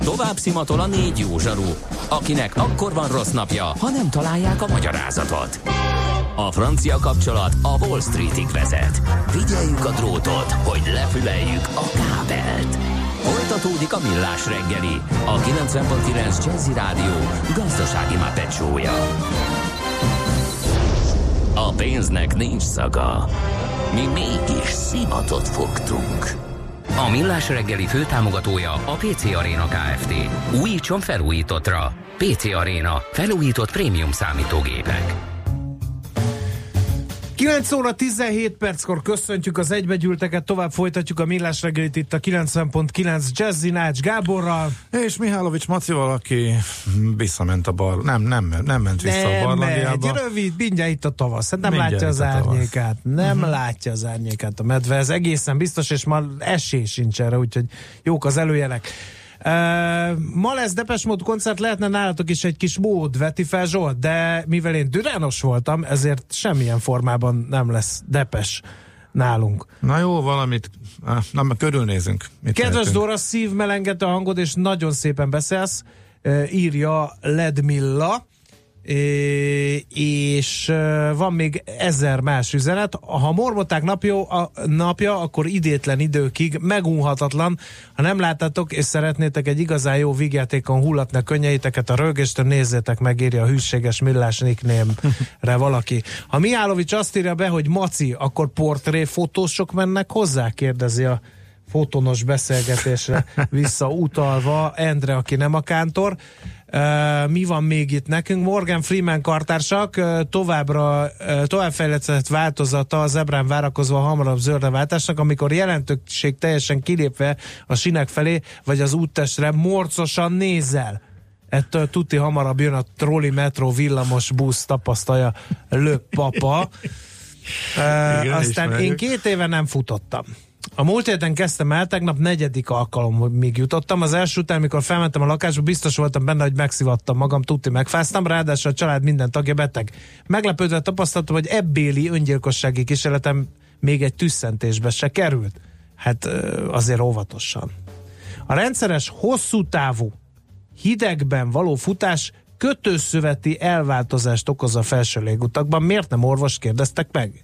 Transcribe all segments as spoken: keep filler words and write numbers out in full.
Tovább szimatol a négy jó zsaru, akinek akkor van rossz napja, ha nem találják a magyarázatot. A francia kapcsolat a Wall Streetig vezet. Figyeljük a drótot, hogy lefüleljük a kábelt. Folytatódik a Millás reggeli, a kilencven pont kilenc Jazzy Rádió gazdasági mápecsója. A pénznek nincs szaga. Mi mégis szimatot fogtunk. A Millás reggeli főtámogatója a pé cé Arena Kft. Újítson felújítottra. pé cé Arena. Felújított prémium számítógépek. kilenc óra tizenhét perckor köszöntjük az egybegyűlteket, tovább folytatjuk a Millás reggelit itt a kilencven pont kilenc Jazzy Nács Gáborral. És Mihálovics Macival, aki visszament a bar... Nem, nem, nem ment vissza nem a barlangiába. Nem, rövid, mindjárt itt a tavasz. Hát nem mindjárt látja az árnyékát. Nem uh-huh. látja az árnyékát a medve. Ez egészen biztos, és ma esély sincs erre, úgyhogy jók az előjelek. Uh, ma lesz Depeche Mode koncert, lehetne nálatok is egy kis mód, veti fel Zsolt, de mivel én dürános voltam, ezért semmilyen formában nem lesz Depeche nálunk. Na jó, valamit, na, körülnézünk. Mit Kedves lehetünk? Dóra, szívmelengető a hangod, és nagyon szépen beszélsz, uh, írja Ledmilla, és van még ezer más üzenet. Ha mormoták napja, a napja, akkor idétlen időkig megunhatatlan. Ha nem láttátok és szeretnétek egy igazán jó vígjátékon hullatni a könnyeiteket a rögéstől, nézzétek meg, írja a hűséges Millás nickname-re valaki. Ha Mihálovics azt írja be, hogy Maci, akkor portréfotósok mennek hozzá? Kérdezi a fotonos beszélgetésre visszautalva Endre, aki nem a kántor. Uh, mi van még itt nekünk? Morgan Freeman kartársak, uh, továbbra uh, továbbfejlesztett változata az zebrán várakozva a hamarabb zöldre váltásnak, amikor jelentőség teljesen kilépve a sinek felé, vagy az úttestre morcosan nézel. Ettől tuti hamarabb jön a trolli, metró, villamos, busz, tapasztalja Löp papa. Uh, Igen, aztán ismerjük. én két éve nem futottam. A múlt héten kezdtem el, tegnap negyedik alkalomig jutottam. Az első után, amikor felmentem a lakásba, biztos voltam benne, hogy megszivattam magam, tuti megfáztam, ráadásul a család minden tagja beteg. Meglepődve tapasztaltam, hogy ebbéli öngyilkossági kísérletem még egy tüsszentésbe se került. Hát azért óvatosan. A rendszeres, hosszú távú, hidegben való futás kötőszöveti elváltozást okoz a felső légutakban. Miért nem orvos kérdeztek meg?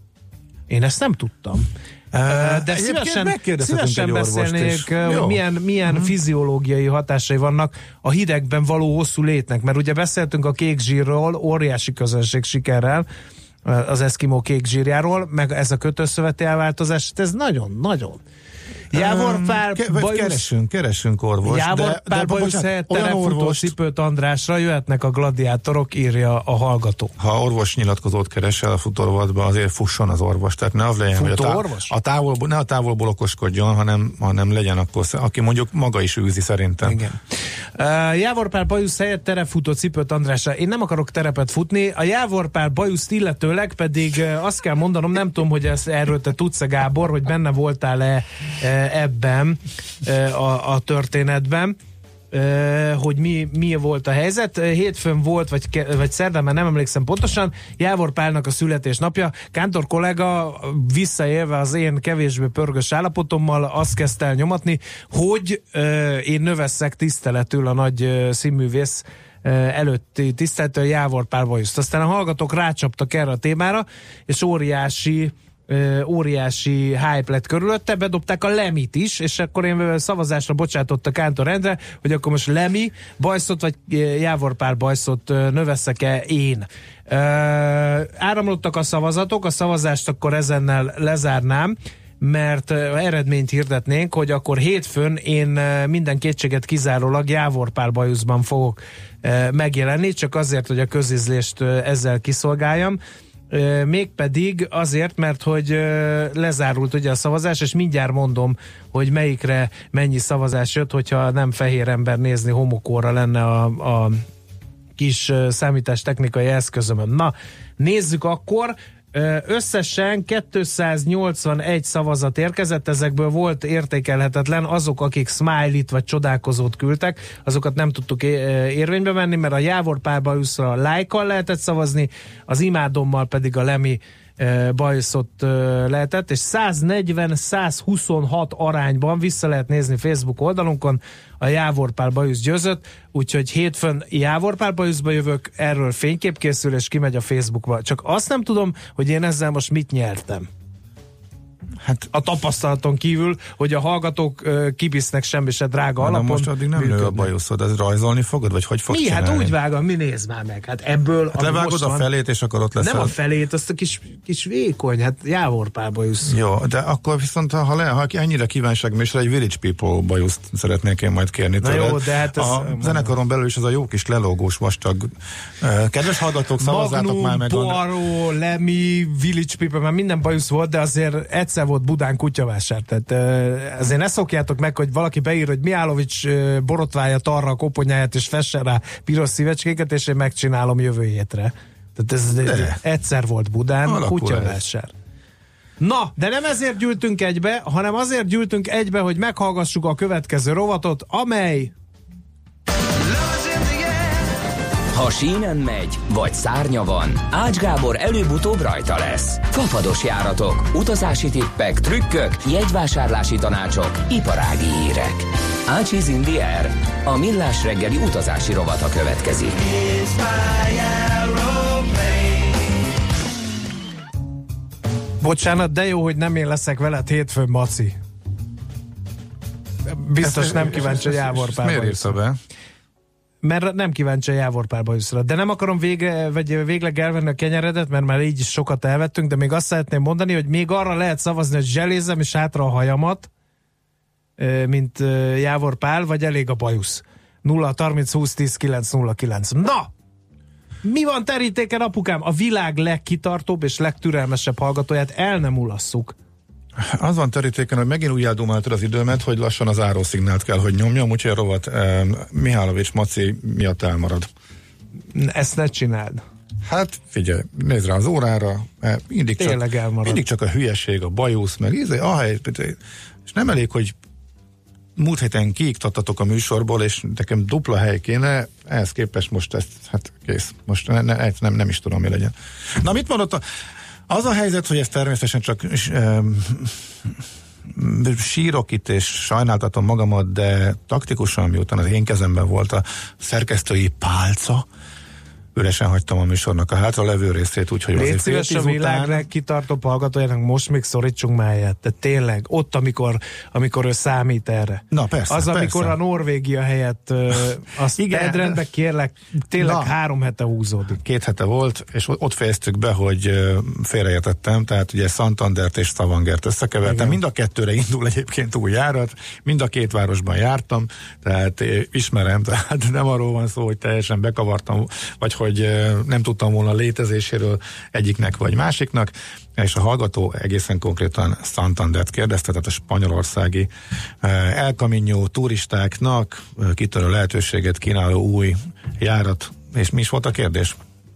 Én ezt nem tudtam. Uh, de szívesen, szívesen beszélnék, hogy milyen, milyen uh-huh. fiziológiai hatásai vannak a hidegben való hosszú létnek, mert ugye beszéltünk a kék zsírról, óriási közönség sikerrel, az eszkimó kék zsírjáról, meg ez a kötőszöveti elváltozás, ez nagyon-nagyon. Jávor Pál Ke- Bajusz, keresünk, keresünk orvos. Jávor Pál Bajusz helyett terepfutó Cipőt Andrásra jöhetnek a gladiátorok, írja a hallgató. Ha orvos nyilatkozót keresel a futórovatban, azért fusson az orvos. Tehát ne az legyen, hogy a, tá- a távolból, ne a távolból okoskodjon, hanem, hanem legyen akkor, aki mondjuk maga is űzi szerintem. Igen. Uh, Jávor Pál Bajusz helyett terepfutó Cipőt Andrásra. Én nem akarok terepet futni, a Jávor Pál Bajuszt illetőleg pedig uh, azt kell mondanom, nem tudom, hogy ez, erről te tudsz-e, Gábor, hogy benne voltál-e ebben a, a történetben, hogy mi, mi volt a helyzet. Hétfőn volt, vagy, vagy szerdán, már nem emlékszem pontosan, Jávor Pálnak a születésnapja. Kántor kollega visszaélve az én kevésbé pörgős állapotommal azt kezdte el nyomatni, hogy én növesszek tiszteletül a nagy színművész előtti tiszteletől Jávor Pál Bajuszt. Aztán a hallgatók rácsaptak erre a témára, és óriási óriási hype lett körülötte, bedobták a Lemit is, és akkor én szavazásra bocsátott a Kántor Endre, hogy akkor most Lemi Bajszot, vagy Jávor Pál Bajszot növeszek-e én. Áramlottak a szavazatok, a szavazást akkor ezennel lezárnám, mert eredményt hirdetnénk, hogy akkor hétfőn én minden kétséget kizárólag Jávor Pál Bajuszban fogok megjelenni, csak azért, hogy a közízlést ezzel kiszolgáljam. Mégpedig azért, mert hogy lezárult ugye a szavazás, és mindjárt mondom, hogy melyikre mennyi szavazás jött, hogyha nem fehér ember nézni, homokóra lenne a, a kis számítástechnikai eszközömön. Na, nézzük akkor. Összesen kétszáznyolcvanegy szavazat érkezett, ezekből volt értékelhetetlen, azok, akik smiley-t vagy csodálkozót küldtek, azokat nem tudtuk érvénybe venni, mert a Jávor Pál Bajuszra lájkkal lehetett szavazni, az imádommal pedig a Lemi bajuszot lehetett, és száznegyven százhuszonhat arányban vissza lehet nézni Facebook oldalunkon, a Jávor Pál bajusz győzött, úgyhogy hétfőn Jávor Pál bajuszba jövök, erről fénykép készül, és kimegy a Facebookba. Csak azt nem tudom, hogy én ezzel most mit nyertem. Hát a tapasztalaton kívül, hogy a hallgatók uh, kibisznek semmi se drága alapon. Most addig nem nő a bajuszod, ez rajzolni fogod, vagy hogy fogsz mi? csinálni? Hát úgy vágom, mi nézd már meg. Hát ebből... Hát levágod a felét, és akkor ott lesz. Nem a felét, azt a kis, kis vékony, hát Jávor Pál bajusz. Jó, de akkor viszont, ha, le, ha ennyire kívánság, és egy Village People bajuszt szeretnék én majd kérni tőled. Na jó, de hát ez... A zenekaron belül is az a jó kis lelógós vastag. Kedves hallgatók, szavazzátok Magnum, már meg. Poirot, Lemmy, Village People, már minden bajusz volt, de azért egyszer volt Budán kutyavásár. Tehát uh, azért ne szokjátok meg, hogy valaki beír, hogy Mihálovics uh, borotválja arra a koponyáját, és fessen rá piros szívecskéket, és én megcsinálom jövő hétre. Tehát ez de. egyszer volt Budán alakul kutyavásár. Ez. Na, de nem ezért gyűltünk egybe, hanem azért gyűltünk egybe, hogy meghallgassuk a következő rovatot, amely... Ha sínen megy, vagy szárnya van, Ács Gábor előbb-utóbb rajta lesz. Fafados járatok, utazási tippek, trükkök, jegyvásárlási tanácsok, iparági hírek. Ácsiz in the air. A millás reggeli utazási rovata következik. Bocsánat, de jó, hogy nem én leszek veled hétfőn, Maci. Biztos nem kíváncsi a Jávor Pál miért írta be? Mert nem kíváncsi a Jávor Pál bajuszra. De nem akarom vége, vagy végleg elvenni a kenyeredet, mert már így is sokat elvettünk, de még azt szeretném mondani, hogy még arra lehet szavazni, hogy zselézzem és hátra a hajamat, mint Jávor Pál, vagy elég a bajusz. nulla harminc húsz tíz kilenc nulla kilenc. Na! Mi van terítéken, apukám? A világ legkitartóbb és legtürelmesebb hallgatóját el nem ulasszuk. Az van terítéken, hogy megint úgy eldomáltad az időmet, hogy lassan az árószignált kell, hogy nyomjam, úgyhogy a rovat eh, Mihálovics Maci miatt elmarad. Ezt ne csináld. Hát figyelj, nézd rá az órára, eh, mindig, csak, mindig csak a hülyeség, a bajusz, meg íze, ahely, és nem elég, hogy múlt héten kiiktattatok a műsorból, és nekem dupla hely kéne, ehhez képest most ezt, hát kész. Most ne, ne, nem, nem is tudom, mi legyen. Na, mit mondott a... Az a helyzet, hogy ez természetesen csak um, sírok itt, és sajnáltatom magamat, de taktikusan, miután az én kezemben volt a szerkesztői pálca, üresen hagytam a műsornak a hátra levő részét, úgyhogy azért fél tíz után... Légy szíves a világ legkitartóbb hallgatójának, most még szorítsunk már ilyet. De tényleg, ott, amikor, amikor ő számít erre. Na persze, Az, persze. amikor a Norvégia helyett uh, azt igen, rendbe kérlek, tényleg na, három hete húzódik. Két hete volt, és ott fejeztük be, hogy uh, félreértettem, tehát ugye Santandert és Stavangert összekevertem. Igen. Mind a kettőre indul egyébként új járat, mind a két városban jártam, tehát ismerem, tehát nem arról van szó, hogy teljesen bekavartam, vagy hogy hogy nem tudtam volna létezéséről egyiknek vagy másiknak, és a hallgató egészen konkrétan Santandert kérdezte, tehát a spanyolországi El Camino turistáknak kitörő lehetőséget kínáló új járat. És mi is volt a kérdés?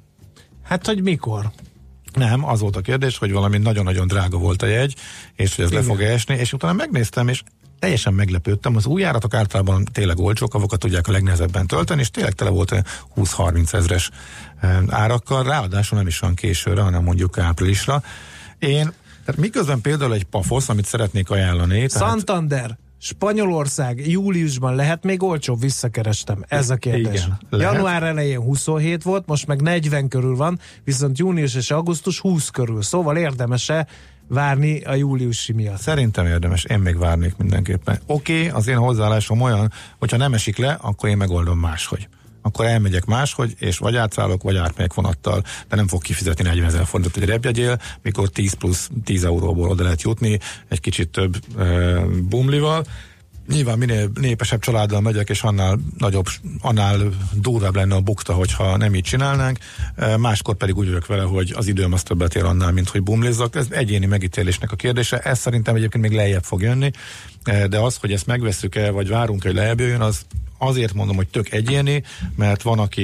Hát, hogy mikor? Nem, az volt a kérdés, hogy valami nagyon-nagyon drága volt a jegy, és hogy ez igen, le fog esni, és utána megnéztem, és teljesen meglepődtem, az új járatok általában tényleg olcsók, avokat tudják a legnehezebben tölteni, és tényleg tele volt húsz-harminc ezres árakkal, ráadásul nem is olyan későre, hanem mondjuk áprilisra. Én, tehát miközben például egy Pafosz, amit szeretnék ajánlani. Santander, tehát... Spanyolország, júliusban lehet még olcsóbb, visszakerestem. Ez a kérdés. Igen, január elején huszonhét volt, most meg negyven körül van, viszont június és augusztus húsz körül. Szóval érdemes-e várni a júliusi miatt? Szerintem érdemes, én még várnék mindenképpen. Oké, okay, az én hozzáállásom olyan, hogyha nem esik le, akkor én megoldom máshogy. Akkor elmegyek máshogy, és vagy átszállok, vagy átmegyek vonattal, de nem fog kifizetni negyvenezer forintot egy repjegyél, mikor tíz plusz tíz euróból oda lehet jutni, egy kicsit több e, bumlival. Nyilván minél népesebb családdal megyek, és annál nagyobb, annál durvább lenne a bukta, hogyha nem így csinálnánk. E, máskor pedig úgy vagyok vele, hogy az időm az többet ér annál, mint hogy bumlizzak. Ez egyéni megítélésnek a kérdése. Ez szerintem egyébként még lejjebb fog jönni, e, de az, hogy ezt megvesszük-e, vagy várunk, hogy lejjebb jöjjön, az azért mondom, hogy tök egyéni, mert van, aki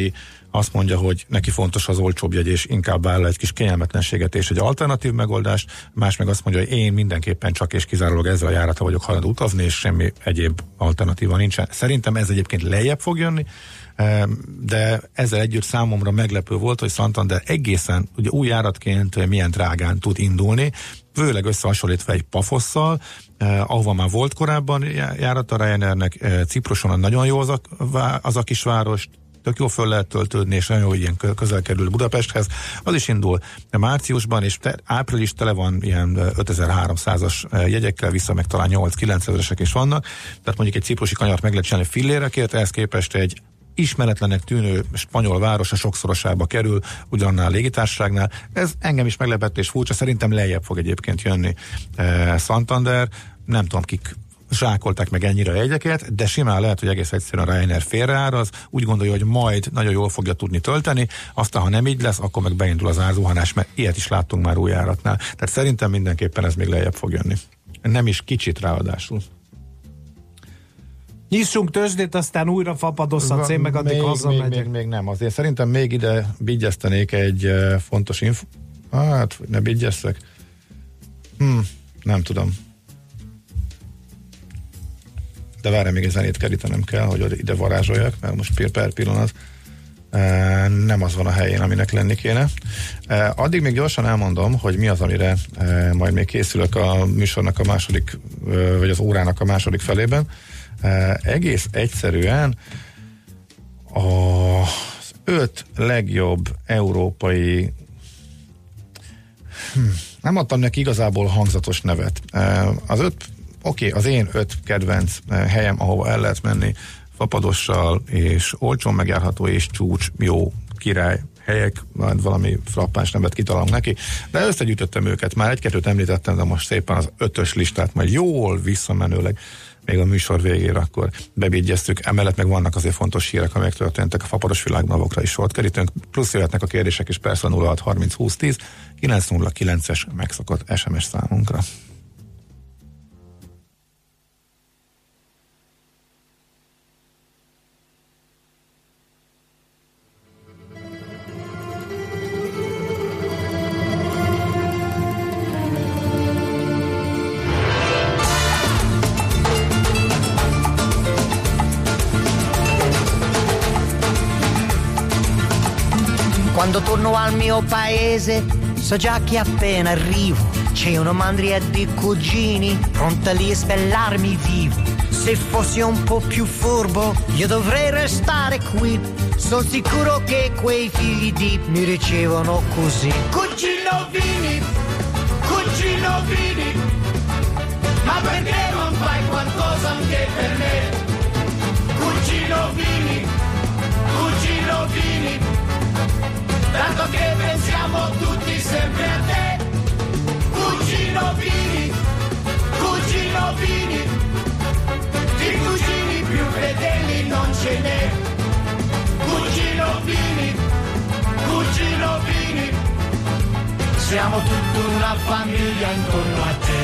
azt mondja, hogy neki fontos az olcsóbb jegy, és inkább áll egy kis kényelmetlenséget és egy alternatív megoldást, más meg azt mondja, hogy én mindenképpen csak és kizárólag ezzel a járata vagyok hajlandó utazni, és semmi egyéb alternatíva nincsen. Szerintem ez egyébként lejjebb fog jönni, de ezzel együtt számomra meglepő volt, hogy Santander egészen ugye új járatként milyen drágán tud indulni, főleg összehasonlítva egy Pafosszal, eh, ahova már volt korábban járat a Ryanairnek, eh, Cipruson nagyon jó az a, az a kisváros, tök jó föl lehet töltődni, és nagyon jó, hogy ilyen közel kerül Budapesthez. Az is indul márciusban, és te, április tele van ilyen ötezer-háromszázas jegyekkel, vissza meg talán nyolc-kilencezeresek is vannak, tehát mondjuk egy ciprusi kanyart meg lehet csinálni fillérekért, ehhez képest egy ismeretlenek tűnő spanyol város a sokszorosába kerül ugyanannál a légitársaságnál. Ez engem is meglepett és furcsa, szerintem lejjebb fog egyébként jönni eh, Santander, nem tudom kik zsákolták meg ennyire a jegyeket, de simán lehet, hogy egész egyszerűen a Ryanair félreáraz, úgy gondolja, hogy majd nagyon jól fogja tudni tölteni, aztán ha nem így lesz, akkor meg beindul az árzuhanás, mert ilyet is láttunk már új járatnál. Tehát szerintem mindenképpen ez még lejjebb fog jönni. Nem is kicsit ráadásul. Nyissunk tőzsdét, aztán újra fapadozhatsz, én meg addig még, hazamegyek. még, még, még nem, azért szerintem még ide bigyeztenék egy uh, fontos info. Hát, ne bigyeztek. Hm, nem tudom. De várj, még egy zenét kerítenem kell, hogy ide varázsoljak, mert most per pillanat uh, nem az van a helyén, aminek lenni kéne. Uh, addig még gyorsan elmondom, hogy mi az, amire uh, majd még készülök a műsornak a második, uh, vagy az órának a második felében. Uh, egész egyszerűen az öt legjobb európai hm, nem adtam neki igazából hangzatos nevet. Uh, az öt, oké, okay, az én öt kedvenc uh, helyem, ahova el lehet menni fapadossal, és olcsón megjárható, és csúcs, jó, király helyek, majd valami frappáns nevet kitalálunk neki, de összegyűjtöttem őket, már egy-kettőt említettem, de most szépen az ötös listát majd jól visszamenőleg még a műsor végére akkor bebigyeztük. Emellett meg vannak azért fontos hírek, amelyek történtek a fapados világnavokra is sort kerítünk, plusz jöhetnek a kérdések is persze a nulla hat harminc húsz tíz kilenc nulla kilences megszokott es em es számunkra. Quando torno al mio paese so già che appena arrivo c'è una mandria di cugini pronta lì a spellarmi vivo. Se fossi un po' più furbo io dovrei restare qui. Sono sicuro che quei figli di mi ricevono così. Cugino Vini, cugino Vini, ma perché non fai qualcosa anche per me? Cugino Vini, cugino Vini, tanto che pensiamo tutti sempre a te. Cugino Vini, cugino Vini, di cugini più fedeli non ce n'è. Cugino Vini, cugino Vini, siamo tutta una famiglia intorno a te.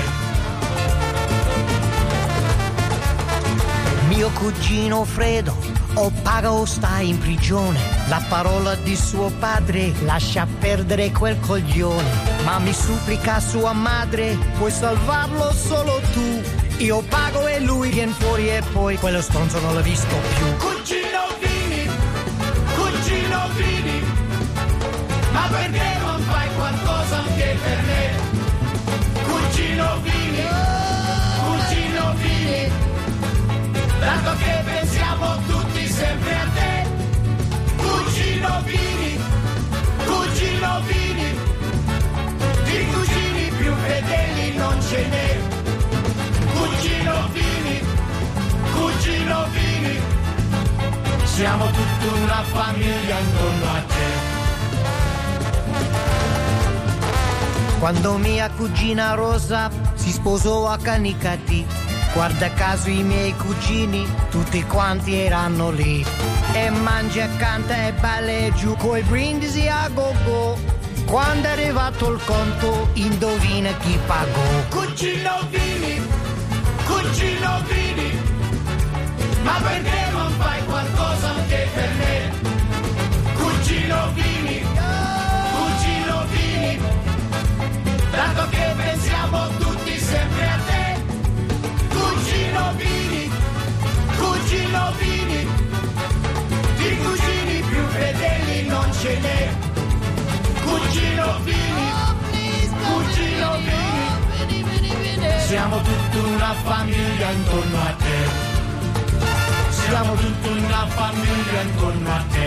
Mio cugino Fredo o paga o sta in prigione. La parola di suo padre lascia perdere quel coglione. Ma mi supplica sua madre, puoi salvarlo solo tu. Io pago e lui viene fuori e poi quello stronzo non l'ho visto più. Cugino Vini, cugino Vini, ma perché non fai qualcosa anche per me? Cugino Vini, cugino Vini, tanto che pensiamo tutti sempre a te. Cugino Vini, cugino Vini, di cugini più fedeli non ce n'è. Cugino Vini, cugino Vini, siamo tutta una famiglia intorno a te. Quando mia cugina Rosa si sposò a Canicattì, guarda caso i miei cugini tutti quanti erano lì. E mangia, canta e balla giù coi brindisi a go-go. Quando è arrivato il conto indovina chi pagò. Cugino Vini, cugino Vini, ma perché non fai qualcosa anche per me? Cugino Siamo tutta una famiglia intorno a te. Siamo tutta una famiglia intorno a te.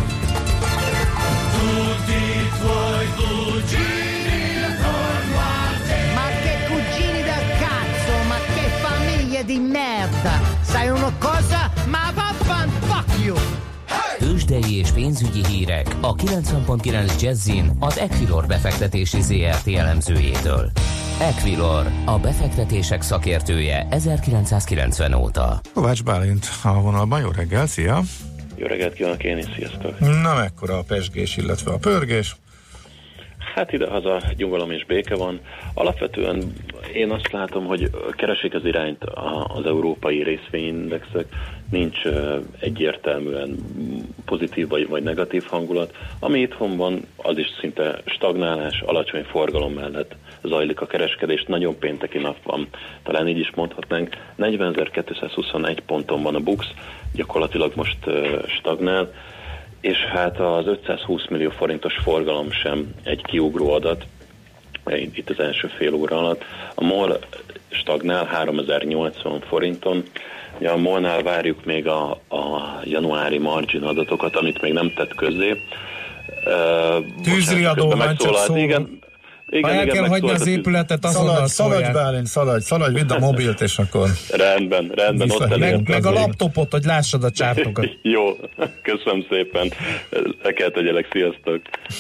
Tutti i tuoi cugini intorno a te. Ma che cugini del cazzo, ma che famiglie di merda. Sai una cosa? Ma vaffan, fuck you. Tőzsdei és pénzügyi hírek a kilencven pont kilenc Jazzin az Equilor befektetési zé er té elemzőjétől. Equilor, a befektetések szakértője ezerkilencszázkilencven óta. Kovács Bálint a vonalban, jó reggel, szia! Jó reggelt kívánok én is, sziasztok! Na, mekkora a pezsgés, illetve a pörgés? Hát idehaza nyugalom és béke van. Alapvetően én azt látom, hogy keresik az irányt az európai részvényindexek, nincs egyértelműen pozitív vagy, vagy negatív hangulat. Ami itthon van, az is szinte stagnálás, alacsony forgalom mellett zajlik a kereskedés. Nagyon pénteki nap van, talán így is mondhatnánk. negyvenezer-kétszázhuszonegy ponton van a BUX, gyakorlatilag most stagnál, és hát az ötszázhúsz millió forintos forgalom sem egy kiugró adat itt az első fél óra alatt. A MOL stagnál háromezer-nyolcvan forinton. Ja, a MOL-nál várjuk még a, a januári margin adatokat, amit még nem tett közzé. Tűzriadó van, csak szól. Igen, igen, ha el igen, kell hagyni az épületet, azonnal szaladj, szaladj Bálint, szaladj, szaladj, vidd a mobilt, és akkor... Rendben, rendben, Vissza, ott elég. Meg, meg a laptopot, hogy lássad a csártokat. Jó, köszönöm szépen. Le kell tegyelek, sziasztok.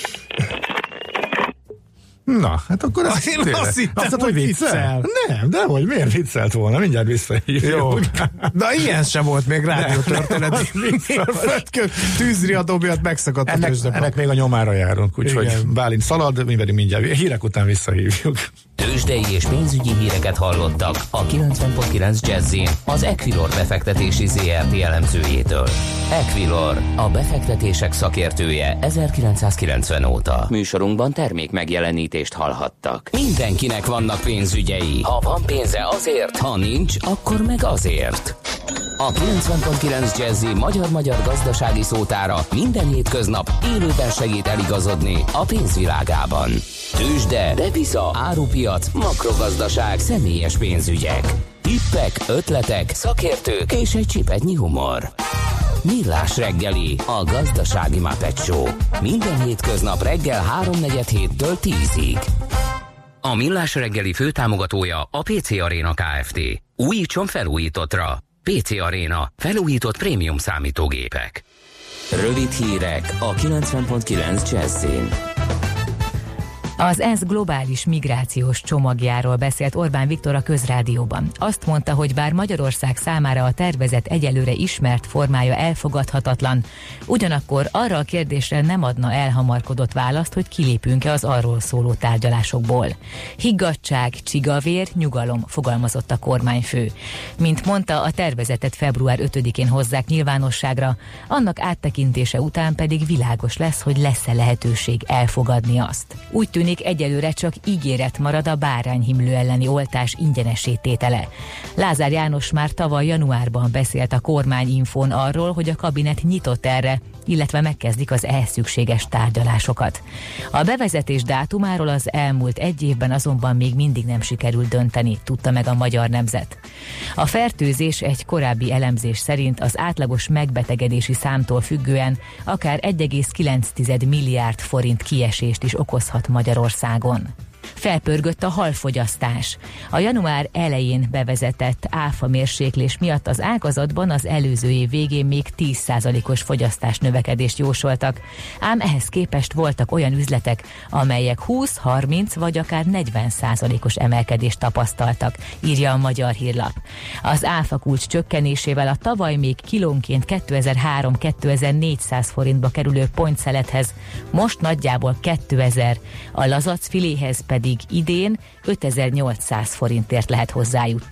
Na, hát akkor azt, én tényleg, azt hittem, azt hogy viccel. viccel. Nem, de hogy miért viccelt volna? Mindjárt visszahívjuk. Jó. Na, ilyen sem volt még rádiótörténeti. Tűzriadó miatt megszakadt a tőzsdepak. Ennek még a nyomára járunk, úgyhogy Bálint szalad, mi pedig mindjárt hírek után visszahívjuk. Tőzsdei és pénzügyi híreket hallottak a kilencven pont kilenc Jazzin az Equilor befektetési zé er té elemzőjétől. Equilor, a befektetések szakértője ezerkilencszázkilencven óta. Műsorunkban termék megjelenítést hallhattak. Mindenkinek vannak pénzügyei. Ha van pénze, azért, ha nincs, akkor meg azért. A kilencven pont kilenc Jazzy magyar-magyar gazdasági szótára minden hétköznap élőben segít eligazodni a pénzvilágában. Tőzsde, depisza, árupiac, makrogazdaság, személyes pénzügyek. Tippek, ötletek, szakértők és egy csipetnyi humor. Millás reggeli, a gazdasági Muppet Show. Minden hétköznap reggel háromnegyed héttől tízig. A Millás reggeli főtámogatója a pé cé Arena Kft. Újítson felújítottra. pé cé Arena. Felújított prémium számítógépek. Rövid hírek a kilencven pont kilenc Jazzin. Az é e es globális migrációs csomagjáról beszélt Orbán Viktor a Közrádióban. Azt mondta, hogy bár Magyarország számára a tervezet egyelőre ismert formája elfogadhatatlan, ugyanakkor arra a kérdésre nem adna elhamarkodott választ, hogy kilépünk-e az arról szóló tárgyalásokból. Higgadtság, csigavér, nyugalom, fogalmazott a kormányfő. Mint mondta, a tervezetet február ötödikén hozzák nyilvánosságra, annak áttekintése után pedig világos lesz, hogy lesz-e lehetőség elfogadni azt. Úgy tűnik, egyelőre csak ígéret marad a bárányhimlő elleni oltás ingyenessé tétele. Lázár János már tavaly januárban beszélt a kormányinfón arról, hogy a kabinet nyitott erre, illetve megkezdik az ehhez szükséges tárgyalásokat. A bevezetés dátumáról az elmúlt egy évben azonban még mindig nem sikerült dönteni, tudta meg a Magyar Nemzet. A fertőzés egy korábbi elemzés szerint az átlagos megbetegedési számtól függően akár egy egész kilenc milliárd forint kiesést is okozhat Magyarországon. Felpörgött a halfogyasztás. A január elején bevezetett áfa mérséklés miatt az ágazatban az előző év végén még tíz százalékos fogyasztás növekedést jósoltak, ám ehhez képest voltak olyan üzletek, amelyek húsz, harminc vagy akár negyven százalékos emelkedést tapasztaltak, írja a Magyar Hírlap. Az áfa kulcs csökkenésével a tavaly még kilónként kétezer-három-kétezer-négyszáz forintba kerülő pontszelethez most nagyjából kétezer, a lazac filéhez pedig idén ötezer-nyolcszáz forintért lehet hozzájutni.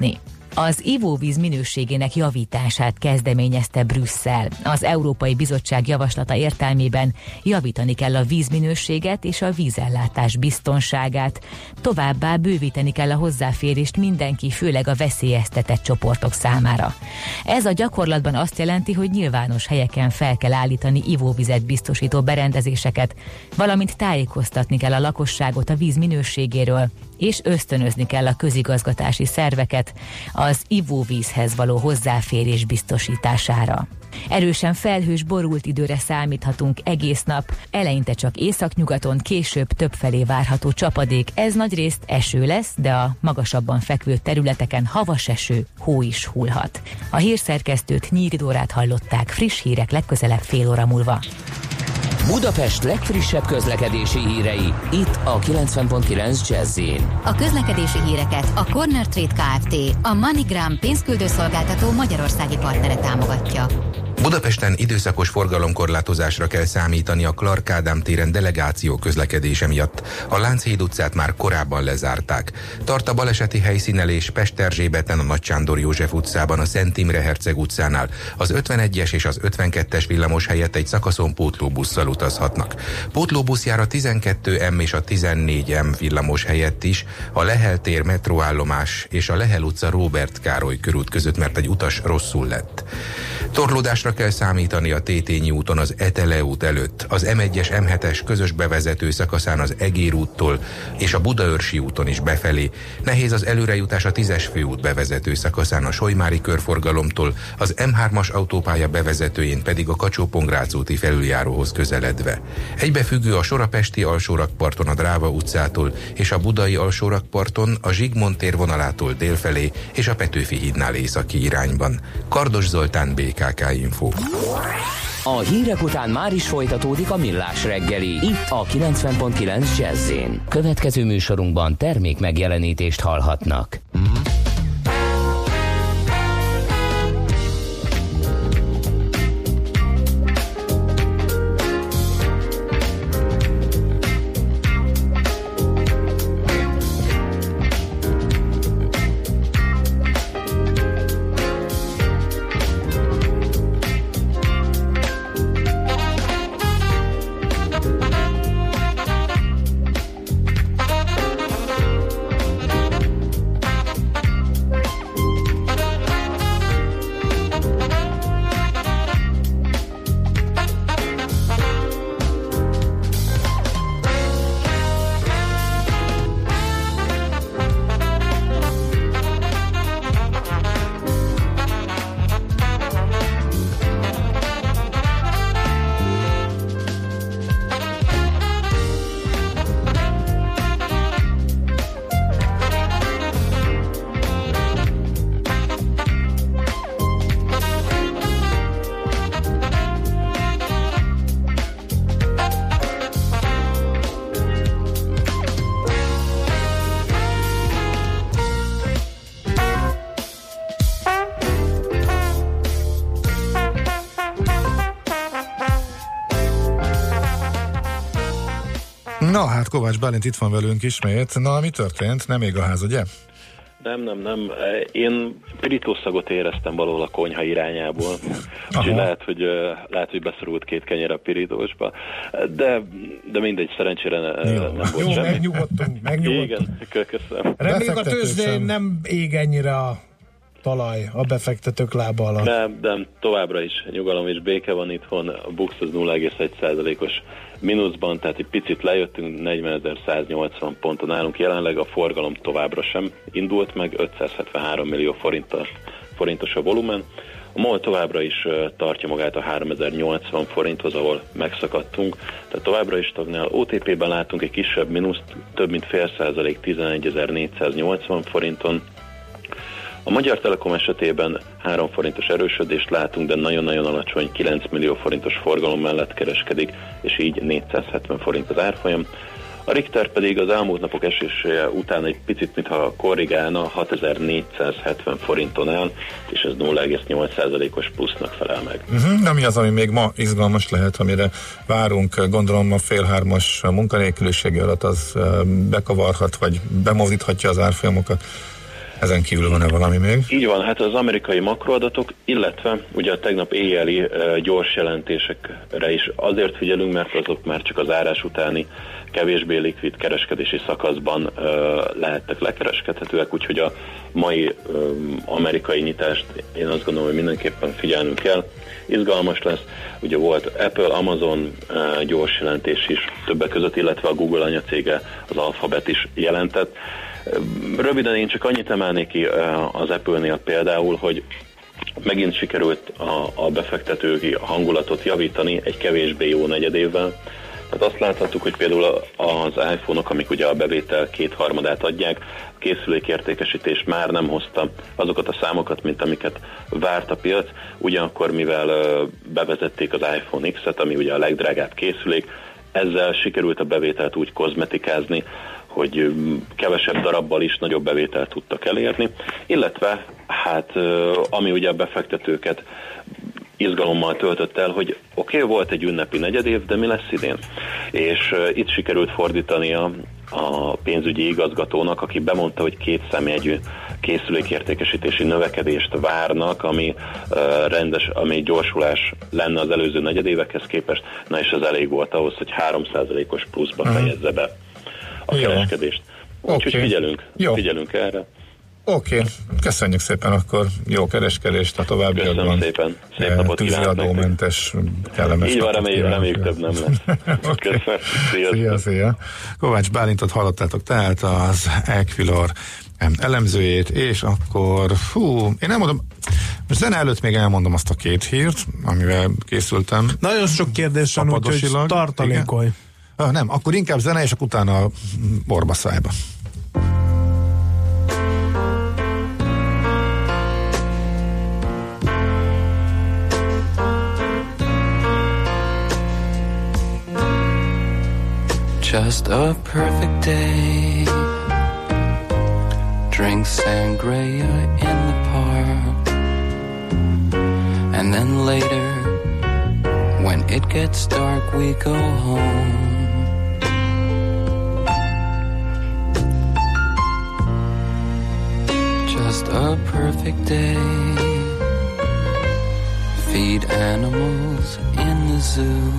Az ivóvíz minőségének javítását kezdeményezte Brüsszel. Az Európai Bizottság javaslata értelmében javítani kell a vízminőséget és a vízellátás biztonságát. Továbbá bővíteni kell a hozzáférést mindenki, főleg a veszélyeztetett csoportok számára. Ez a gyakorlatban azt jelenti, hogy nyilvános helyeken fel kell állítani ivóvizet biztosító berendezéseket, valamint tájékoztatni kell a lakosságot a víz minőségéről, és ösztönözni kell a közigazgatási szerveket az ivóvízhez való hozzáférés biztosítására. Erősen felhős, borult időre számíthatunk egész nap, eleinte csak északnyugaton, később többfelé várható csapadék, ez nagyrészt eső lesz, de a magasabban fekvő területeken havas eső, hó is hullhat. A hírszerkesztőt, Nyíri Dórát hallották, friss hírek legközelebb fél óra múlva. Budapest legfrissebb közlekedési hírei, itt a kilencven pont kilenc Jazz-in. A közlekedési híreket a Corner Trade Kft., a MoneyGram pénzküldőszolgáltató magyarországi partnere támogatja. Budapesten időszakos forgalomkorlátozásra kell számítani a Clark Ádám téren delegáció közlekedése miatt. A Lánchíd utcát már korábban lezárták. Tart a baleseti helyszínelés Pesterzsébeten, a Nagy Sándor József utcában, a Szent Imre Herceg utcánál. Az ötvenegyes és az ötvenkettes villamos helyett egy szakaszon pótlóbusszal utazhatnak. Pótlóbuszjára tizenkettő M és a tizennégy M villamos helyett is a Lehel tér metróállomás és a Lehel utca Róbert Károly körút között, mert egy utas rosszul lett. Torlódásra kell számítani a Tétényi úton az Etele út előtt, az M egyes M hetes közös bevezető szakaszán az Egér úttól és a Budaörsi úton is befelé. Nehéz az előrejutás a tízes főút bevezető szakaszán a Solymári körforgalomtól, az M hármas autópálya bevezetőjén pedig a Kacsó-Pongrác úti felüljáróhoz közeledve. Egybefüggő a Sorapesti alsórakparton a Dráva utcától és a Budai alsórakparton a Zsigmond tér vonalától délfelé és a Petőfi hídnál északi irányban. Kardos Zoltán, bé ká ká Info. A hírek után már is folytatódik a Millás reggeli, itt a kilencven pont kilenc Jazz-in. Következő műsorunkban termék megjelenítést hallhatnak. Na hát Kovács Bálint itt van velünk ismét. Na, mi történt? Nem ég a ház, ugye? Nem, nem, nem. Én pirítószagot éreztem valahol a konyha irányából. Úgyhogy lehet, hogy, lehet, hogy beszorult két kenyér a pirítósba. De, de mindegy, szerencsére ne, jó, nem volt jó, semmi. megnyugodtunk, megnyugodtunk. Igen, köszönöm. Reméljük a tőzsdén nem ég ennyire a talaj a befektetők lába alatt. Nem, nem, továbbra is nyugalom és béke van itthon. A Bux az nulla egész egy százalékos mínuszban, tehát egy picit lejöttünk, negyvenezer-száznyolcvan ponton állunk. Jelenleg a forgalom továbbra sem indult meg, ötszázhetvenhárom millió forintos, forintos a volumen. A MOL továbbra is tartja magát a háromezer-nyolcvan forinthoz, ahol megszakadtunk, tehát továbbra is stagnál. o té pében látunk egy kisebb mínuszt, több mint fél százalék, tizenegy-ezer-négyszáznyolcvan forinton. A Magyar Telekom esetében három forintos erősödést látunk, de nagyon-nagyon alacsony, kilenc millió forintos forgalom mellett kereskedik, és így négyszázhetven forint az árfolyam. A Richter pedig az elmúlt napok esése után egy picit, mintha korrigálna, hatezer-négyszázhetven forinton áll, és ez nulla egész nyolc százalékos plusznak felel meg. Uh-huh, de mi az, ami még ma izgalmas lehet, amire várunk? Gondolom a fél hármas munkanélküliségi alatt az bekavarhat, vagy bemozdíthatja az árfolyamokat? Ezen kívül van-e valami még? Így van, hát az amerikai makroadatok, illetve ugye a tegnap éjjeli uh, gyors jelentésekre is azért figyelünk, mert azok már csak az árás utáni kevésbé likvid kereskedési szakaszban uh, lehettek lekereskedhetőek, úgyhogy a mai um, amerikai nyitást én azt gondolom, hogy mindenképpen figyelnünk kell. Izgalmas lesz, ugye volt Apple, Amazon uh, gyors jelentés is többek között, illetve a Google anyacége, az Alphabet is jelentett. Röviden én csak annyit emelnék ki az Apple-nél például, hogy megint sikerült a, a befektetői hangulatot javítani egy kevésbé jó negyedévvel. Tehát azt láthattuk, hogy például az iPhone-ok, amik ugye a bevétel kétharmadát adják, a készülékértékesítés már nem hozta azokat a számokat, mint amiket várt a piac. Ugyanakkor, mivel bevezették az iPhone X-et, ami ugye a legdrágább készülék, ezzel sikerült a bevételt úgy kozmetikázni, hogy kevesebb darabbal is nagyobb bevételt tudtak elérni, illetve hát ami ugye a befektetőket izgalommal töltött el, hogy oké, okay, volt egy ünnepi negyedév, de mi lesz idén? És uh, itt sikerült fordítania a pénzügyi igazgatónak, aki bemondta, hogy két számjegyű készülékértékesítési növekedést várnak, ami uh, rendes, ami gyorsulás lenne az előző negyedévekhez képest, na és ez elég volt ahhoz, hogy három százalékos pluszba uh-huh. fejezze be a Jó. kereskedést. Úgyhogy okay. figyelünk, Jó. figyelünk erre. Oké, okay. Köszönjük szépen akkor, jó kereskedést a továbbiakban. Köszönöm szépen, szép napot kívánok. Tűziadómentes, kellemes. Így van, reméljük, reméljük több nem lesz. Okay. Köszönöm. Szia, szia. Kovács Bálintot hallottátok tehát az Equilor elemzőjét, és akkor fú, én elmondom, most zene előtt még elmondom azt a két hírt, amivel készültem. Nagyon sok kérdés van, úgyhogy tartalékolj. Ah, nem, akkor inkább zene, és akkor utána borba szájba. Just a perfect day. Drink sangria in the park. And then later, when it gets dark, we go home. Just a perfect day. Feed animals in the zoo.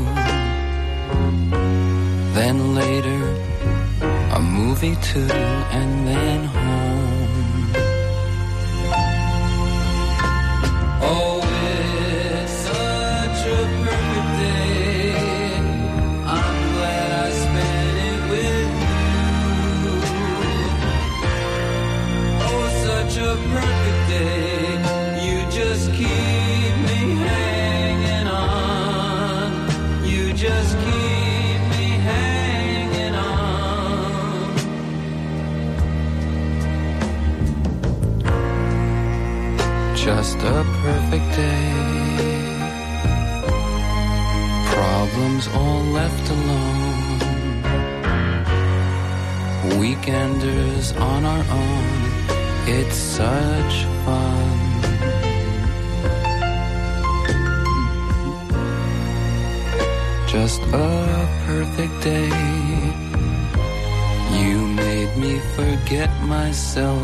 Then later, a movie too, and then home. Oh, it's such a perfect day. I'm glad I spent it with you. Oh, such a perfect day. You just keep me hanging on. You just keep just a perfect day. Problems all left alone. Weekenders on our own. It's such fun. Just a perfect day. You made me forget myself.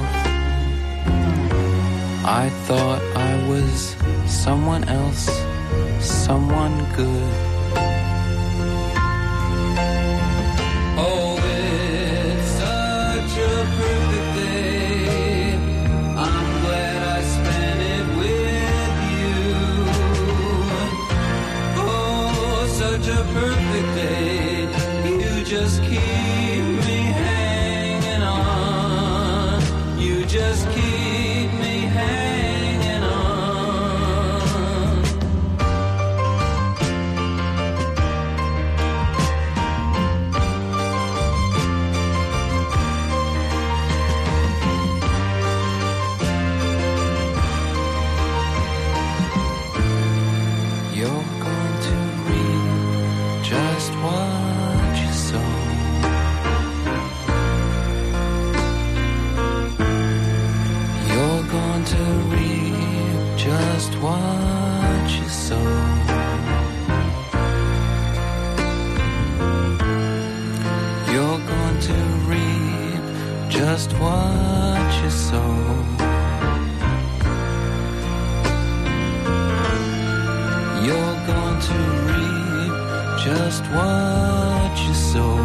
I thought I was someone else, someone good. Oh, it's such a perfect day. I'm glad I spent it with you. Oh, such a perfect day. You just keep me hanging on. You just keep to reap just what you sow.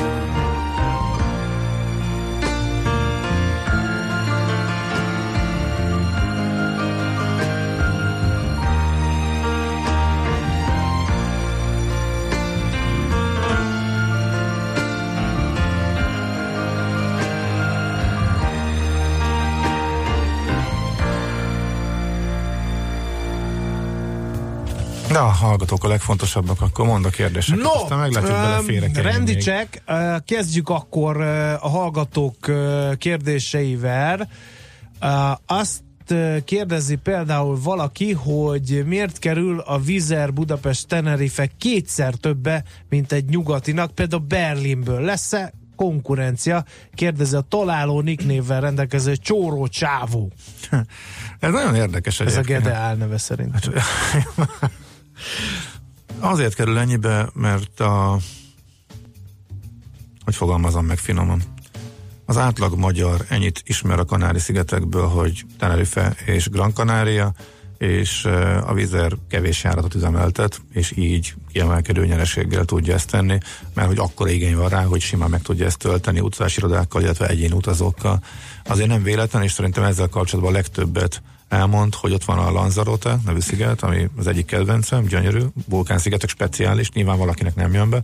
De a hallgatók a legfontosabbak, akkor mondd a kérdéseket, No, aztán meg lehet, hogy beleférek. Rendi check, uh, kezdjük akkor uh, a hallgatók uh, kérdéseivel. Uh, azt uh, kérdezi például valaki, hogy miért kerül a Wizz Air Budapest Tenerife kétszer többe, mint egy nyugatinak, például Berlinből. Lesz-e konkurencia? Kérdezi a találó nicknévvel rendelkező Csóró Csávó. Ez nagyon érdekes. Ez egyébként. a Gede álneve szerint. Azért kerül ennyibe, mert a hogy fogalmazom meg finoman. Az átlag magyar ennyit ismer a Kanári-szigetekből, hogy Tenerife és Gran Canaria, és a Wizz Air kevés járatot üzemeltet, és így kiemelkedő nyereséggel tudja ezt tenni, mert hogy akkora igény van rá, hogy simán meg tudja ezt tölteni utcás irodákkal, illetve egyéni utazókkal. Azért nem véletlen, és szerintem ezzel kapcsolatban a legtöbbet elmond, hogy ott van a Lanzarote nevű sziget, ami az egyik kedvencem, gyönyörű, vulkánszigetek speciális, nyilván valakinek nem jön be.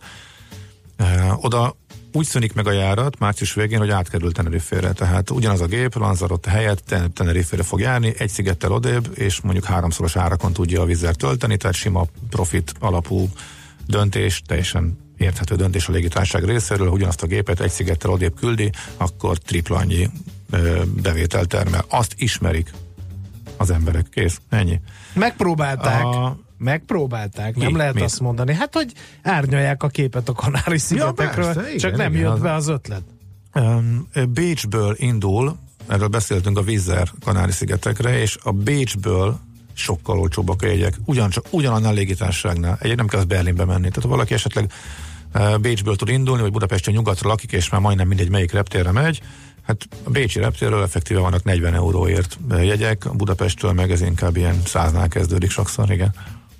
Uh, oda úgy szűnik meg a járat március végén, hogy átkerül Tenerifére, tehát ugyanaz a gép Lanzarote helyett Tenerifére fog járni, egy szigettel odébb, és mondjuk háromszoros árakon tudja a Wizz Air tölteni, tehát sima profit alapú döntés, teljesen érthető döntés a légitársaság részéről, ugyanazt a gépet egy szigettel odébb küldi, akkor tripla annyi ö, bevételt termel. Azt ismerik az emberek, kész, ennyi. Megpróbálták. A... Megpróbálták, Ki? nem lehet Mit? azt mondani. Hát, hogy árnyalják a képet a Kanári-szigetekről, Ja, persze, csak igen, nem igen, jött az... be az ötlet. Um, Bécsből indul, erről beszéltünk a Wizz Air Kanári-szigetekre, és a Bécsből sokkal olcsóbbak a jegyek, ugyancsak ugyanannál légitársaságnál. Egyébként nem kell az Berlinbe menni. Tehát ha valaki esetleg uh, Bécsből tud indulni, vagy Budapesten nyugatra lakik, és már majdnem mindegy melyik reptérre megy, hát a bécsi reptérről effektíve vannak negyven euróért jegyek, a Budapesttől meg ez inkább ilyen száznál kezdődik sokszor, igen.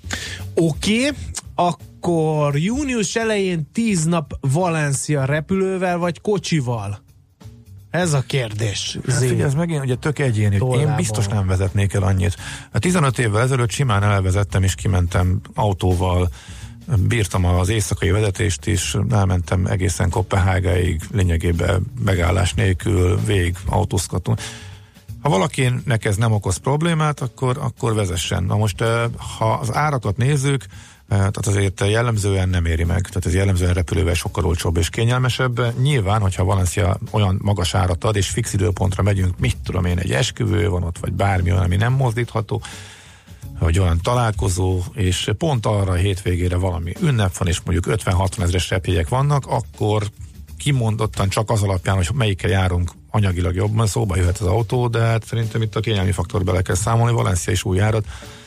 Oké, okay, akkor június elején tíz nap Valencia repülővel vagy kocsival? Ez a kérdés. Hát figyelj, ez megint ugye tök egyéni. Tollából. Én biztos nem vezetnék el annyit. A tizenöt évvel ezelőtt simán elvezettem és kimentem autóval, bírtam az éjszakai vezetést is, elmentem egészen Koppenhágáig, lényegében megállás nélkül, végig autózgatunk. Ha valakinek ez nem okoz problémát, akkor, akkor vezessen. Na most, ha az árakat nézzük, tehát azért jellemzően nem éri meg. Tehát ez jellemzően repülővel sokkal olcsóbb és kényelmesebb. Nyilván, hogyha Valencia olyan magas árat ad, és fix időpontra megyünk, mit tudom én, egy esküvő van ott, vagy bármi olyan, ami nem mozdítható, vagy olyan találkozó, és pont arra a hétvégére valami ünnep van, és mondjuk ötven-hatvan ezres repjegyek vannak, akkor kimondottan csak az alapján, hogy melyikkel járunk anyagilag jobban, szóba jöhet az autó, de hát szerintem itt a kényelmi faktor bele kell számolni. Valencia is új járat.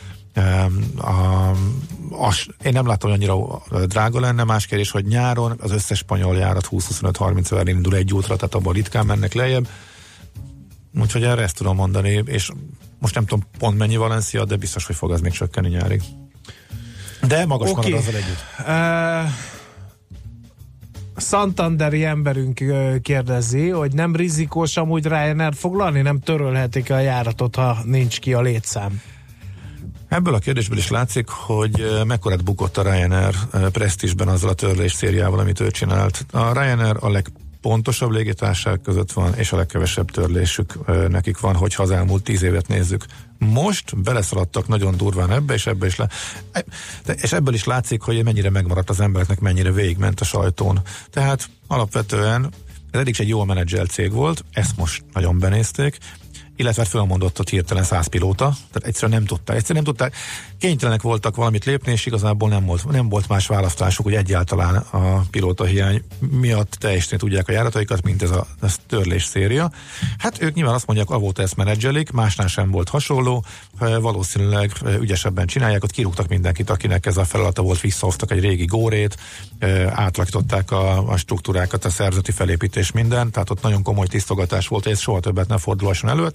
A, a, én nem látom, hogy annyira drága lenne. Más kérdés, hogy nyáron az összes spanyol járat húsz-huszonöt-harminc ezer indul egy útra, tehát abban ritkán mennek lejjebb. Úgyhogy erre ezt tudom mondani, és most nem tudom pont mennyi Valencia, de biztos, hogy fog az még csökkenni nyárig. De magas okay. marad azzal együtt. Uh, Santanderi emberünk kérdezi, hogy nem rizikós amúgy Ryanair foglalni, nem törölhetik a járatot, ha nincs ki a létszám. Ebből a kérdésből is látszik, hogy mekkorát bukott a Ryanair presztízsben azzal a törlés szériával, amit ő csinált. A Ryanair a legpontosabb légitársaság között van, és a legkevesebb törlésük nekik van, hogyha az elmúlt tíz évet nézzük. Most beleszaladtak nagyon durván ebbe, és ebbe is le... és ebből is látszik, hogy mennyire megmaradt az embereknek, mennyire végigment a sajtón. Tehát alapvetően ez eddig is egy jól menedzselt cég volt, ezt most nagyon benézték, illetve fölmondott ott hirtelen száz pilóta, tehát egyszerűen nem tudták, egyszerűen nem tudták, kénytelenek voltak valamit lépni, és igazából nem volt, nem volt más választásuk, hogy egyáltalán a pilóta hiány miatt teljesíteni tudják a járataikat, mint ez a ez törlés széria. Hát ők nyilván azt mondják, avóta ezt menedzselik, másnál sem volt hasonló, valószínűleg ügyesebben csinálják, ott kirúgtak mindenkit, akinek ez a feladata volt, visszahoztak egy régi górét, átlakították a, a struktúrákat, a szervezeti felépítés, minden, tehát ott nagyon komoly tisztogatás volt, és soha többet nem fordulhasson elő.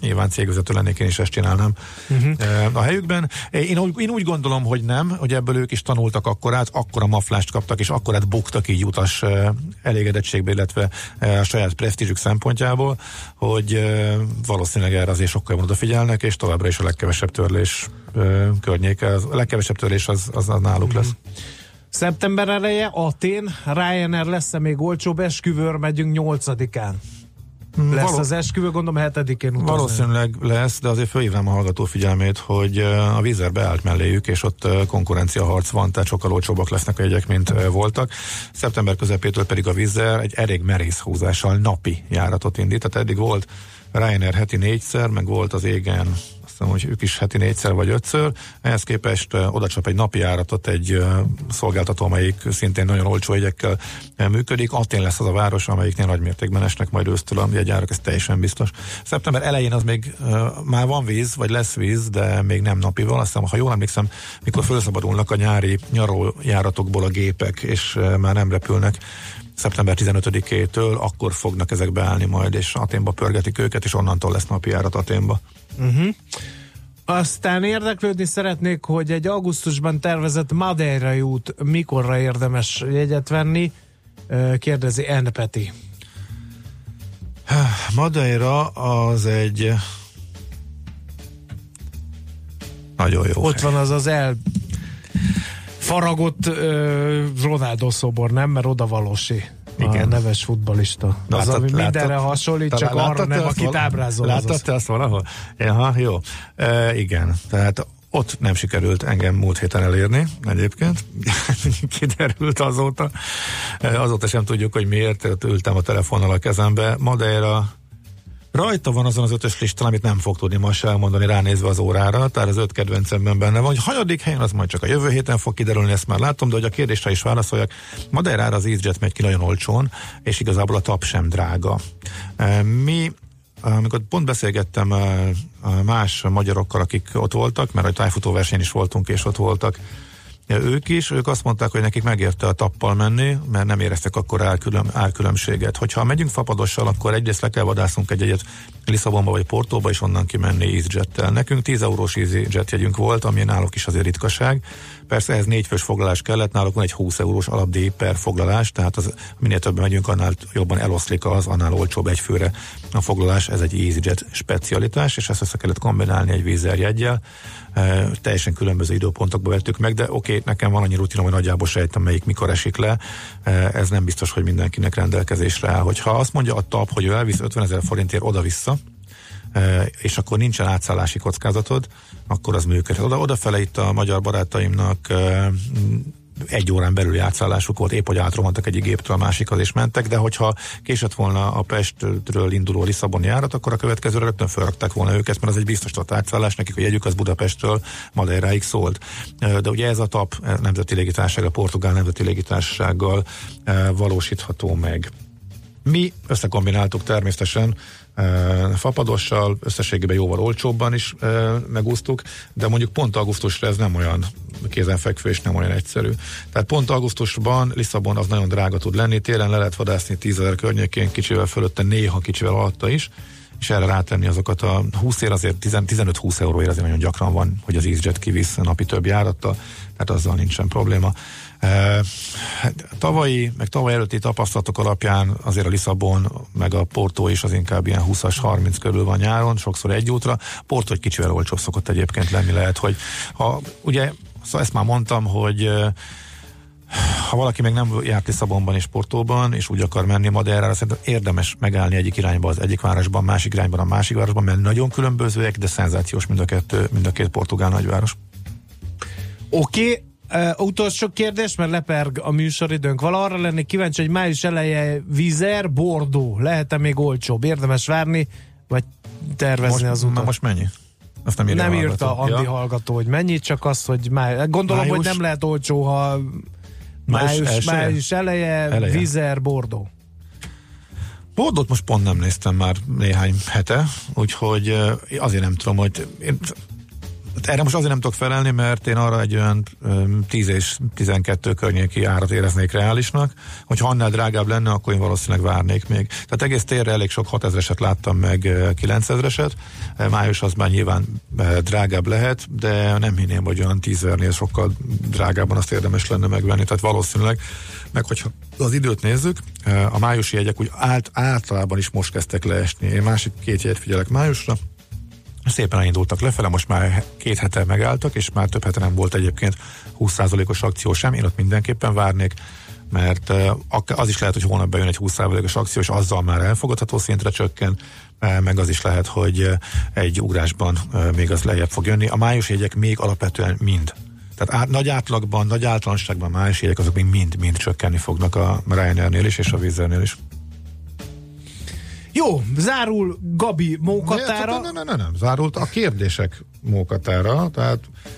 nyilván cégvezető lennék, én is ezt csinálnám uh-huh. a helyükben. Én úgy, én úgy gondolom, hogy nem, hogy ebből ők is tanultak akkorát, akkora maflást kaptak, és akkorát buktak így utas elégedettségbe, illetve a saját presztízsük szempontjából, hogy valószínűleg erre azért sokkal jobban odafigyelnek, és továbbra is a legkevesebb törlés környéke, a legkevesebb törlés az, az, az náluk lesz. Uh-huh. Szeptember eleje, Atén, Ryanair lesz-e még olcsóbb? Esküvőr megyünk nyolcadikán. Lesz Való... az esküvő, gondolom hetedikén utazni. Valószínűleg lesz, de azért fölhívnám a hallgató figyelmét, hogy a Wizzair beállt melléjük, és ott konkurencia harc van, tehát sokkal olcsóbbak lesznek a jegyek, mint voltak. Szeptember közepétől pedig a Wizzair egy elég merész húzással napi járatot indít, tehát eddig volt Ryanair heti négyszer, meg volt az égen, azt hiszem, hogy ők is heti négyszer vagy ötször. Ehhez képest uh, oda csap egy napi járatot egy uh, szolgáltató, amelyik szintén nagyon olcsó jegyekkel uh, működik. Atén lesz az a város, amelyiknél nagy mértékben esnek majd ősztől a jegyárak, ez teljesen biztos. Szeptember elején az még uh, már van víz, vagy lesz víz, de még nem napival. Azt hiszem, ha jól emlékszem, mikor felszabadulnak a nyári nyaralójáratokból a gépek, és uh, már nem repülnek szeptember tizenötödikétől, akkor fognak ezek beállni majd, és Athénba pörgetik őket, és onnantól lesz napi járat Athénba. Uh-huh. Aztán érdeklődni szeretnék, hogy egy augusztusban tervezett Madeirai út mikorra érdemes jegyet venni, kérdezi N. Peti. Madeira az egy nagyon jó Ott hely. van az az el faragott uh, Ronaldo szobor, nem? Mert oda valósi. Igen. A neves futballista. Az, ami mindenre láttad, hasonlít, csak arra nem, akit ábrázol. Láttad te azt valahol? Aha, jó. E, igen, tehát ott nem sikerült engem múlt héten elérni, egyébként. Kiderült azóta. Azóta sem tudjuk, hogy miért. Ültem a telefonnal a kezembe. Madeira rajta van azon az ötös listán, amit nem fog tudni most elmondani ránézve az órára, tehát az öt kedvencemben benne van, hogy hanyadik helyen, az majd csak a jövő héten fog kiderülni, ezt már látom, de hogy a kérdésre is válaszoljak, Madeirára az EasyJet megy ki nagyon olcsón, és igazából a tap sem drága. Mi, amikor pont beszélgettem más magyarokkal, akik ott voltak, mert a tájfutó versenyen is voltunk, és ott voltak ők is, ők azt mondták, hogy nekik megérte a tappal menni, mert nem éreztek akkor árkülön, árkülönbséget. Hogyha megyünk Fapadossal, akkor egyrészt le kell vadászunk egy egyet Lisszabonba vagy Portóba, és onnan kimenni EasyJettel. Nekünk tíz eurós EasyJet jegyünk volt, ami náluk is azért ritkaság. Persze ehhez négy fős foglalás kellett, náluk van egy húsz eurós alapdíj per foglalás, tehát az, minél többen megyünk, annál jobban eloszlik az, annál olcsóbb egy főre a foglalás. Ez egy EasyJet specialitás, és ezt össze kellett kombinálni egy Wizzair jeggyel. E, teljesen különböző időpontokba vettük meg, de oké, okay, nekem van annyi rutinom, hogy nagyjából sejtem, melyik mikor esik le. E, ez nem biztos, hogy mindenkinek rendelkezésre áll. Hogyha azt mondja a tap, hogy ő elvisz ötvenezer forintért oda-vissza, e, és akkor nincsen átszállási kockázatod, akkor az működhet. Oda, odafele itt a magyar barátaimnak e, egy órán belüli átszállásuk volt, épp hogy átrohantak egyik géptől a másikhoz és mentek, de hogyha késett volna a Pestről induló Lisszaboni járat, akkor a következőre rögtön felrakták volna őket, mert az egy biztosított átszállás, nekik a jegyük az Budapestről Madeiráig szólt. De ugye ez a tap nemzeti légitársaság, a portugál nemzeti légitársasággal valósítható meg. Mi összekombináltuk természetesen Fapadossal, összességében jóval olcsóbban is e, megúsztuk, de mondjuk pont augusztusra ez nem olyan kézenfekvő és nem olyan egyszerű. Tehát pont augusztusban Lisszabon az nagyon drága tud lenni, télen le lehet vadászni tízezer környékén, kicsivel fölötte, néha kicsivel alatta is, és erre rátenni azokat a húsz ér, azért tizenöt-húsz euróért azért nagyon gyakran van, hogy az EasyJet kivisz napi több járattal, tehát azzal nincsen probléma. E, tavalyi, meg tavaly előtti tapasztalatok alapján azért a Lisszabon, meg a Porto is az inkább ilyen húszas harminc körül van nyáron, sokszor egy útra. Porto egy kicsivel olcsóbb szokott egyébként lenni, lehet, hogy ha, ugye, szóval ezt már mondtam, hogy ha valaki még nem járt Lisszabonban és Portóban, és úgy akar menni Madeirára, szerintem érdemes megállni egyik irányba az egyik városban, másik irányban a másik városban, mert nagyon különbözőek, de szenzációs mind a, kettő, mind a két portugál nagyváros. Oké, okay. Uh, utolsó kérdés, mert leperg a műsoridőnk. Vala arra lennék kíváncsi, hogy május eleje Wizzair, Bordeaux. Lehet-e még olcsóbb? Érdemes várni, vagy tervezni most, az utat? Most mennyi? Azt nem írja nem írta Andi ja. hallgató, hogy mennyi, csak az, hogy máj... gondolom, május, hogy nem lehet olcsó, ha május, május, május eleje, eleje, Wizzair, Bordeaux. Bordeaux-t most pont nem néztem már néhány hete, úgyhogy azért nem tudom, hogy én Erre most azért nem tudok felelni, mert én arra egy olyan tíz és tizenkettő környéki árat éreznék reálisnak, hogyha annál drágább lenne, akkor én valószínűleg várnék még. Tehát egész térre elég sok hatezreset láttam, meg kilencezreset. Május az már nyilván drágább lehet, de nem hinném, hogy olyan tízezernél sokkal drágábban azt érdemes lenne megvenni. Tehát valószínűleg, meg hogyha az időt nézzük, a májusi jegyek úgy át, általában is most kezdtek leesni. Én másik két jegyet figyelek májusra, szépen elindultak lefele, most már két hete megálltak, és már több hete nem volt egyébként húsz százalékos akció sem, én ott mindenképpen várnék, mert az is lehet, hogy holnap bejön egy húsz százalékos akció, és azzal már elfogadható szintre csökken, meg az is lehet, hogy egy ugrásban még az lejjebb fog jönni. A májusi jegyek még alapvetően mind. Tehát át, nagy átlagban, nagy általánosságban májusi jegyek azok még mind-mind csökkenni fognak a Ryanairnél is, és a Wizz Airnél is. Jó, zárul Gabi mókatára. Nem, nem, nem, nem, nem, zárult a kérdések mókatára, tehát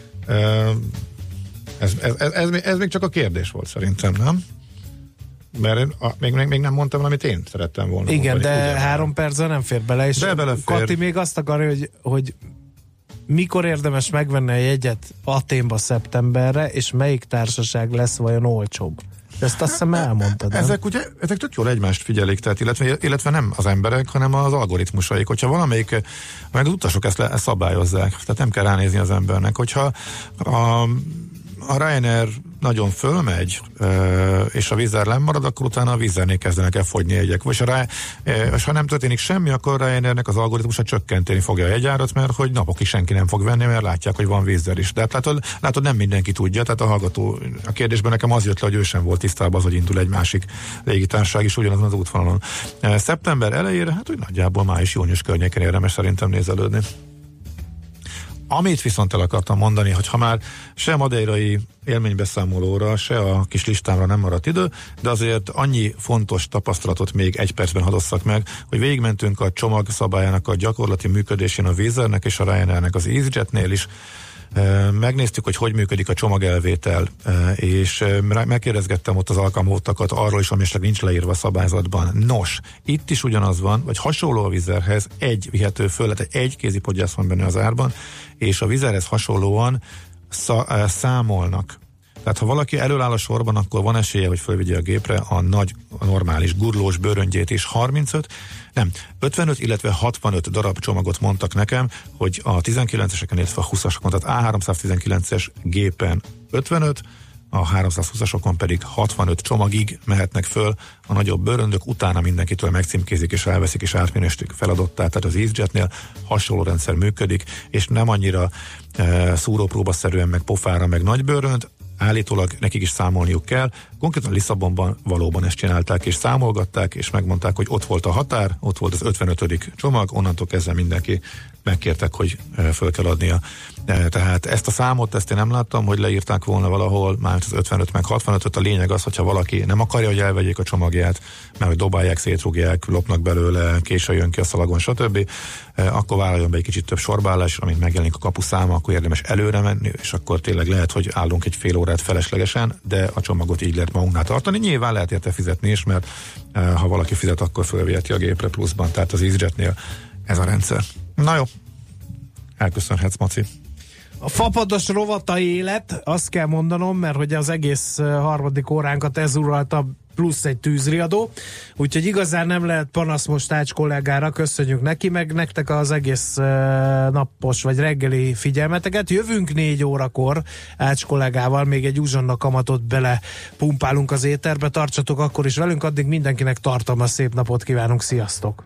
ez, ez, ez, ez, ez még csak a kérdés volt szerintem, nem? Mert én, a, még, még nem mondtam valamit én szerettem volna. Igen, mondani, de ugyan, három perccel nem fér bele, és de belefér. Kati még azt akarja, hogy, hogy mikor érdemes megvenni a jegyet Athénba szeptemberre, és melyik társaság lesz vajon olcsóbb? Ezt azt hiszem elmondtad, nem? Ezek ugye, ezek tök jól egymást figyelik, tehát illetve, illetve nem az emberek, hanem az algoritmusaik. Hogyha valamelyik, meg az utasok ezt, le, ezt szabályozzák, tehát nem kell ránézni az embernek. Hogyha a, a Ryanair nagyon fölmegy, és a Wizz Air lemarad, akkor utána a Wizz Airnél kezdenek el fogyni jegyek. És, a, és ha nem történik semmi, akkor a Ryanairnek az algoritmusa csökkenteni fogja a jegyárat, mert hogy napokig senki nem fog venni, mert látják, hogy van Wizz Air is. De hát látod, látod, nem mindenki tudja, tehát a hallgató, a kérdésben nekem az jött le, hogy ő sem volt tisztában az, hogy indul egy másik légitársaság is ugyanazon az útvonalon. Szeptember elejére, hát úgy nagyjából május-június környéken érdemes szerintem nézelődni. Amit viszont el akartam mondani, hogy ha már se madeirai élménybeszámolóra, se a kis listámra nem maradt idő, de azért annyi fontos tapasztalatot még egy percben hadosszak meg, hogy végigmentünk a csomag szabályának a gyakorlati működésén a Wizz Airnek és a Ryanairnek az EasyJetnél is. Megnéztük, hogy hogy működik a csomagelvétel, és megkérdezgettem ott az alkalmazottakat arról is, ami esetleg nincs leírva a szabályzatban. Nos, itt is ugyanaz van, vagy hasonló a Wizz Airhez, egy vihető föl, egy kézipodgyász van benne az árban, és a Wizz Airhez hasonlóan szá- számolnak. Tehát ha valaki előáll a sorban, akkor van esélye, hogy fölvigye a gépre a nagy, a normális gurlós bőröngyét is. harmincöt, nem, ötvenöt, illetve hatvanöt darab csomagot mondtak nekem, hogy a tizenkilenceseken, illetve a húszasokon, tehát á háromszáztizenkilences gépen ötvenöt, a háromszázhúszasokon pedig hatvanöt csomagig mehetnek föl a nagyobb bőröndök, utána mindenkitől megcímkézik és elveszik és átminősítik feladottá, tehát az EasyJetnél hasonló rendszer működik, és nem annyira e, szúrópróbaszerűen, meg pofára, meg nagy bőrönd, állítólag nekik is számolniuk kell. Konkrétan Lisszabonban valóban ezt csinálták, és számolgatták, és megmondták, hogy ott volt a határ, ott volt az ötvenötödik csomag, onnantól kezdve mindenki megkértek, hogy föl kell adnia. Tehát ezt a számot, ezt én nem láttam, hogy leírták volna valahol, már az ötvenöt meg hatvanöt, a lényeg az, hogyha valaki nem akarja, hogy elvegyék a csomagját, mert hogy dobálják, szétrúgják, lopnak belőle, késő jön ki a szalagon, stb., akkor vállaljon be egy kicsit több sorbálás, amint megjelenik a kapuszáma, akkor érdemes előre menni, és akkor tényleg lehet, hogy állunk egy fél órát feleslegesen, de a csomagot így lehet magunknál tartani. Nyilván lehet érte fizetni is, mert ha valaki fizet, akkor fölviheti a gépre pluszban, tehát az EasyJetnél ez a rendszer. Na jó, elköszönhetsz, Maci. A fapados rovata élet, azt kell mondanom, mert hogy az egész harmadik óránkat ez uralta, plusz egy tűzriadó, úgyhogy igazán nem lehet panasz most Ács kollégára, köszönjük neki, meg nektek az egész uh, napos vagy reggeli figyelmeteket. Jövünk négy órakor Ács kollégával, még egy uzsonna kamatot bele pumpálunk az éterbe, tartsatok akkor is velünk, addig mindenkinek tartalmas szép napot kívánunk, sziasztok!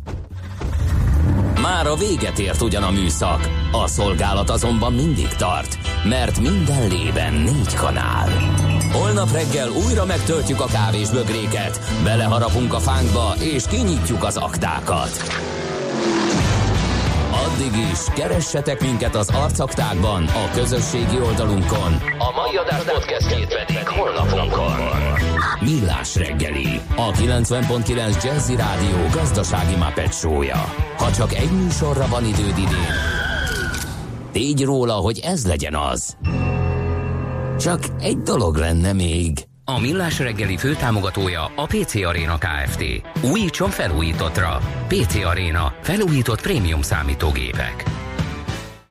Már a véget ért ugyan a műszak, a szolgálat azonban mindig tart, mert minden lében négy kanál. Holnap reggel újra megtöltjük a kávésbögréket, beleharapunk a fánkba és kinyitjuk az aktákat. Addig is keressetek minket az arcaktákban, a közösségi oldalunkon. A mai adás podcastjét pedig holnapunkon. Millás reggeli, a kilencven pont kilenc Jazzy Rádió gazdasági Muppet show-ja. Ha csak egy műsorra van időd idén, tégy róla, hogy ez legyen az. Csak egy dolog lenne még. A Millás reggeli főtámogatója a pé cé Arena Kft. Újítson felújítottra. pé cé Arena. Felújított prémium számítógépek.